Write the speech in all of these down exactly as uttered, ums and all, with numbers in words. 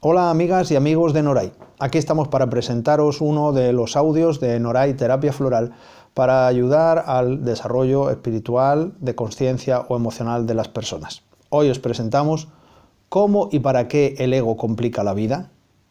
Hola amigas y amigos de Noray. Aquí estamos para presentaros uno de los audios de Noray Terapia Floral para ayudar al desarrollo espiritual, de conciencia o emocional de las personas. Hoy os presentamos cómo y para qué el ego complica la vida.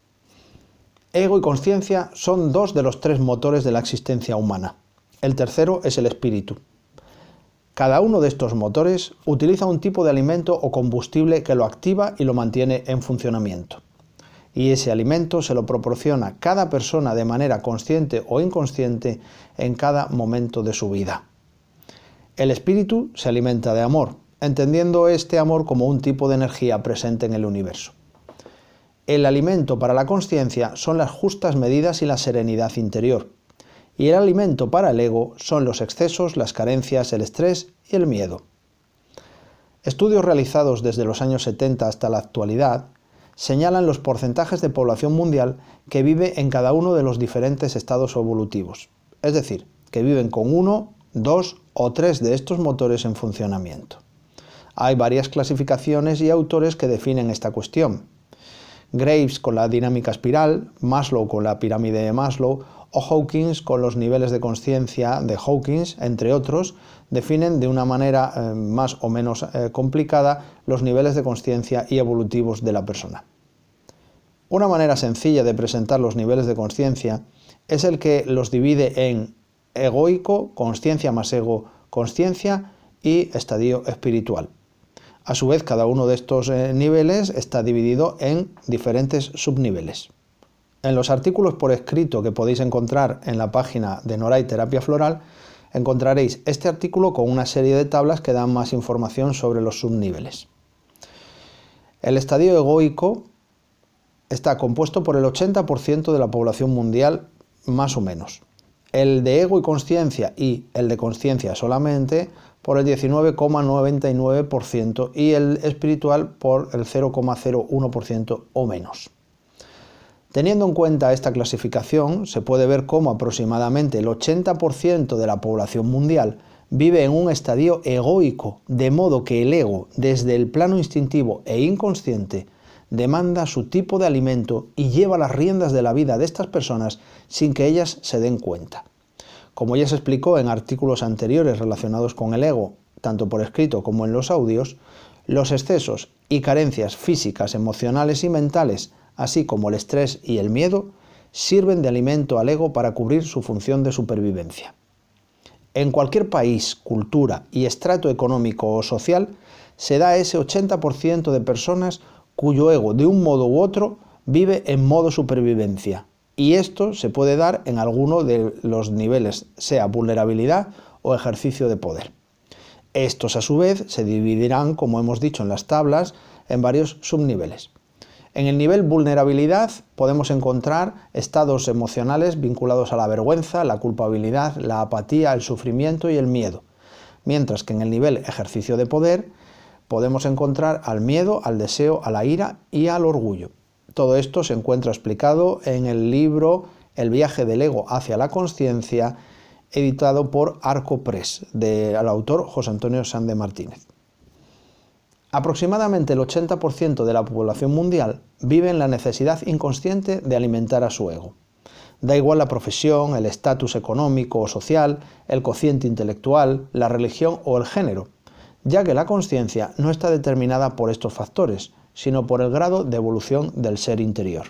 Ego y conciencia son dos de los tres motores de la existencia humana. El tercero es el espíritu. Cada uno de estos motores utiliza un tipo de alimento o combustible que lo activa y lo mantiene en funcionamiento. Y ese alimento se lo proporciona cada persona de manera consciente o inconsciente en cada momento de su vida. El espíritu se alimenta de amor, entendiendo este amor como un tipo de energía presente en el universo. El alimento para la consciencia son las justas medidas y la serenidad interior. Y el alimento para el ego son los excesos, las carencias, el estrés y el miedo. Estudios realizados desde los años setenta hasta la actualidad señalan los porcentajes de población mundial que vive en cada uno de los diferentes estados evolutivos, es decir, que viven con uno, dos o tres de estos motores en funcionamiento. Hay varias clasificaciones y autores que definen esta cuestión. Graves con la dinámica espiral, Maslow con la pirámide de Maslow o Hawkins con los niveles de conciencia de Hawkins, entre otros, definen de una manera eh, más o menos eh, complicada los niveles de conciencia y evolutivos de la persona. Una manera sencilla de presentar los niveles de conciencia es el que los divide en egoico, consciencia más ego, consciencia y estadio espiritual. A su vez, cada uno de estos eh, niveles está dividido en diferentes subniveles. En los artículos por escrito que podéis encontrar en la página de Noray Terapia Floral, encontraréis este artículo con una serie de tablas que dan más información sobre los subniveles. El estadio egoico está compuesto por el ochenta por ciento de la población mundial, más o menos. El de ego y conciencia y el de conciencia solamente por el diecinueve coma noventa y nueve por ciento y el espiritual por el cero coma cero uno por ciento o menos. Teniendo en cuenta esta clasificación, se puede ver cómo aproximadamente el ochenta por ciento de la población mundial vive en un estadio egoico, de modo que el ego, desde el plano instintivo e inconsciente, demanda su tipo de alimento y lleva las riendas de la vida de estas personas sin que ellas se den cuenta. Como ya se explicó en artículos anteriores relacionados con el ego, tanto por escrito como en los audios, los excesos y carencias físicas, emocionales y mentales, así como el estrés y el miedo, sirven de alimento al ego para cubrir su función de supervivencia. En cualquier país, cultura y estrato económico o social, se da ese ochenta por ciento de personas cuyo ego, de un modo u otro, vive en modo supervivencia. Y esto se puede dar en alguno de los niveles, sea vulnerabilidad o ejercicio de poder. Estos, a su vez, se dividirán, como hemos dicho en las tablas, en varios subniveles. En el nivel vulnerabilidad podemos encontrar estados emocionales vinculados a la vergüenza, la culpabilidad, la apatía, el sufrimiento y el miedo. Mientras que en el nivel ejercicio de poder podemos encontrar al miedo, al deseo, a la ira y al orgullo. Todo esto se encuentra explicado en el libro El viaje del ego hacia la consciencia, editado por Arco Press, del autor José Antonio Sanz de Martínez. Aproximadamente el ochenta por ciento de la población mundial vive en la necesidad inconsciente de alimentar a su ego. Da igual la profesión, el estatus económico o social, el cociente intelectual, la religión o el género, ya que la consciencia no está determinada por estos factores, sino por el grado de evolución del ser interior.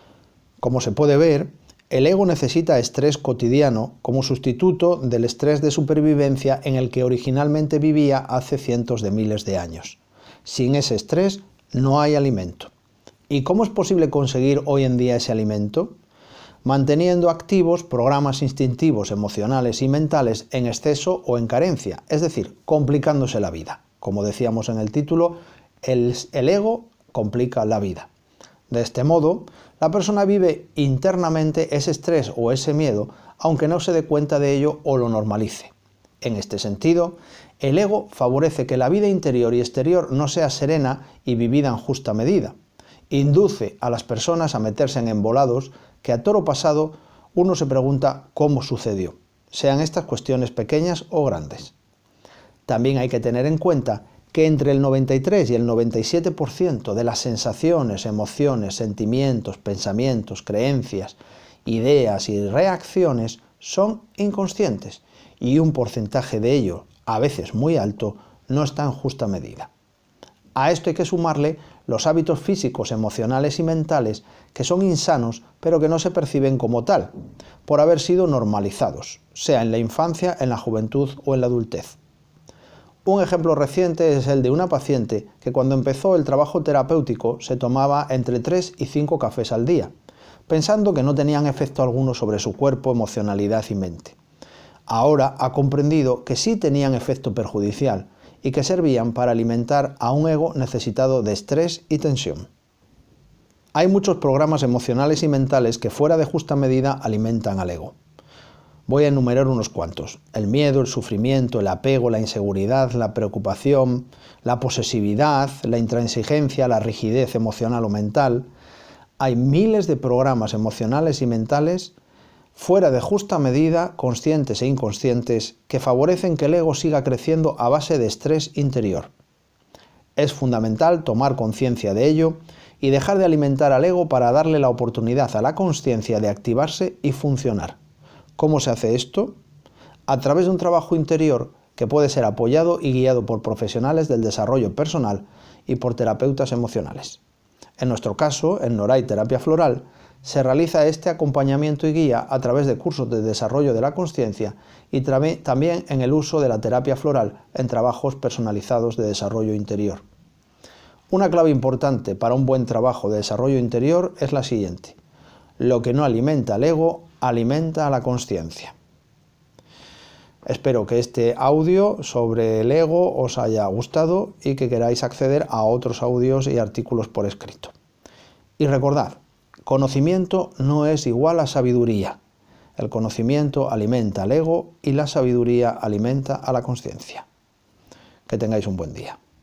Como se puede ver, el ego necesita estrés cotidiano como sustituto del estrés de supervivencia en el que originalmente vivía hace cientos de miles de años. Sin ese estrés no hay alimento. ¿Y cómo es posible conseguir hoy en día ese alimento? Manteniendo activos programas instintivos, emocionales y mentales en exceso o en carencia, es decir, complicándose la vida. Como decíamos en el título, el, el ego complica la vida. De este modo, la persona vive internamente ese estrés o ese miedo, aunque no se dé cuenta de ello o lo normalice. En este sentido, el ego favorece que la vida interior y exterior no sea serena y vivida en justa medida. Induce a las personas a meterse en embolados que a toro pasado uno se pregunta cómo sucedió, sean estas cuestiones pequeñas o grandes. También hay que tener en cuenta que entre el noventa y tres y el noventa y siete por ciento de las sensaciones, emociones, sentimientos, pensamientos, creencias, ideas y reacciones son inconscientes y un porcentaje de ello, a veces muy alto, no está en justa medida. A esto hay que sumarle los hábitos físicos, emocionales y mentales que son insanos pero que no se perciben como tal, por haber sido normalizados, sea en la infancia, en la juventud o en la adultez. Un ejemplo reciente es el de una paciente que cuando empezó el trabajo terapéutico se tomaba entre tres y cinco cafés al día, pensando que no tenían efecto alguno sobre su cuerpo, emocionalidad y mente. Ahora ha comprendido que sí tenían efecto perjudicial y que servían para alimentar a un ego necesitado de estrés y tensión. Hay muchos programas emocionales y mentales que fuera de justa medida alimentan al ego. Voy a enumerar unos cuantos: el miedo, el sufrimiento, el apego, la inseguridad, la preocupación, la posesividad, la intransigencia, la rigidez emocional o mental. Hay miles de programas emocionales y mentales fuera de justa medida, conscientes e inconscientes, que favorecen que el ego siga creciendo a base de estrés interior. Es fundamental tomar conciencia de ello y dejar de alimentar al ego para darle la oportunidad a la consciencia de activarse y funcionar. ¿Cómo se hace esto? A través de un trabajo interior que puede ser apoyado y guiado por profesionales del desarrollo personal y por terapeutas emocionales. En nuestro caso, en Noray Terapia Floral, se realiza este acompañamiento y guía a través de cursos de desarrollo de la consciencia y también en el uso de la terapia floral en trabajos personalizados de desarrollo interior. Una clave importante para un buen trabajo de desarrollo interior es la siguiente: lo que no alimenta al ego, alimenta a la consciencia. Espero que este audio sobre el ego os haya gustado y que queráis acceder a otros audios y artículos por escrito. Y recordad, conocimiento no es igual a sabiduría. El conocimiento alimenta al ego y la sabiduría alimenta a la consciencia. Que tengáis un buen día.